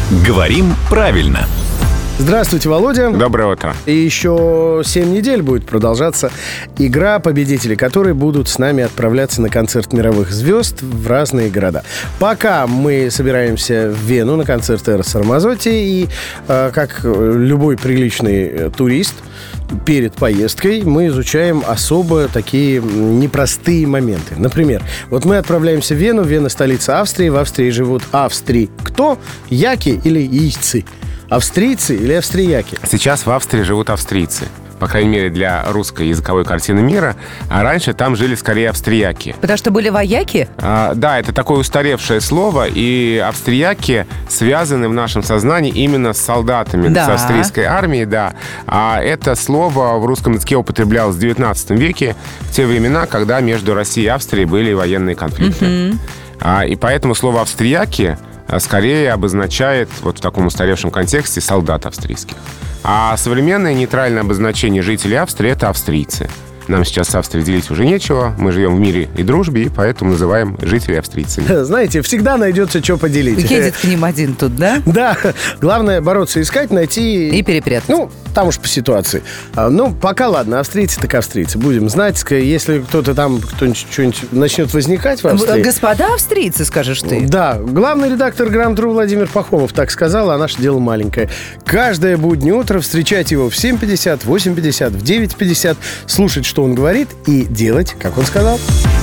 Говорим правильно. Здравствуйте, Володя. Доброе утро. И еще 7 недель будет продолжаться игра, победители которой будут с нами отправляться на концерт мировых звезд в разные города. Пока мы собираемся в Вену на концерт Эрос Рамазотти, и как любой приличный турист, перед поездкой мы изучаем особо такие непростые моменты. Например, вот мы отправляемся в Вену. Вена — столица Австрии. В Австрии живут австрии. Кто? Яки или яйцы? Австрийцы или австрияки? Сейчас в Австрии живут австрийцы. По крайней мере, для русской языковой картины мира. А раньше там жили скорее австрияки. Потому что были вояки? Да, это такое устаревшее слово. И австрияки связаны в нашем сознании именно с солдатами, да, с австрийской армией, да. А это слово в русском языке употреблялось в 19 веке, в те времена, когда между Россией и Австрией были военные конфликты. И поэтому слово «австрияки» скорее обозначает вот в таком устаревшем контексте солдат австрийских. А современное нейтральное обозначение жителей Австрии — это австрийцы. Нам сейчас с Австрией делить уже нечего. Мы живем в мире и дружбе, и поэтому называем жителей австрийцами. Знаете, всегда найдется, что поделить. Едет к ним один тут, да? Да. Главное бороться, искать, найти. И перепрятать. Ну, там уж по ситуации. Ну, пока ладно, австрийцы так австрийцы. Будем знать, если кто-то там, кто-нибудь что-нибудь начнет возникать в Австрии. Господа австрийцы, скажешь ты. Да. Главный редактор Грам-Тру Владимир Пахомов так сказал, а наше дело маленькое. Каждое буднее утро встречать его в 7:50, в 8:50, в 9:50, слушать, что он говорит, и делать, как он сказал.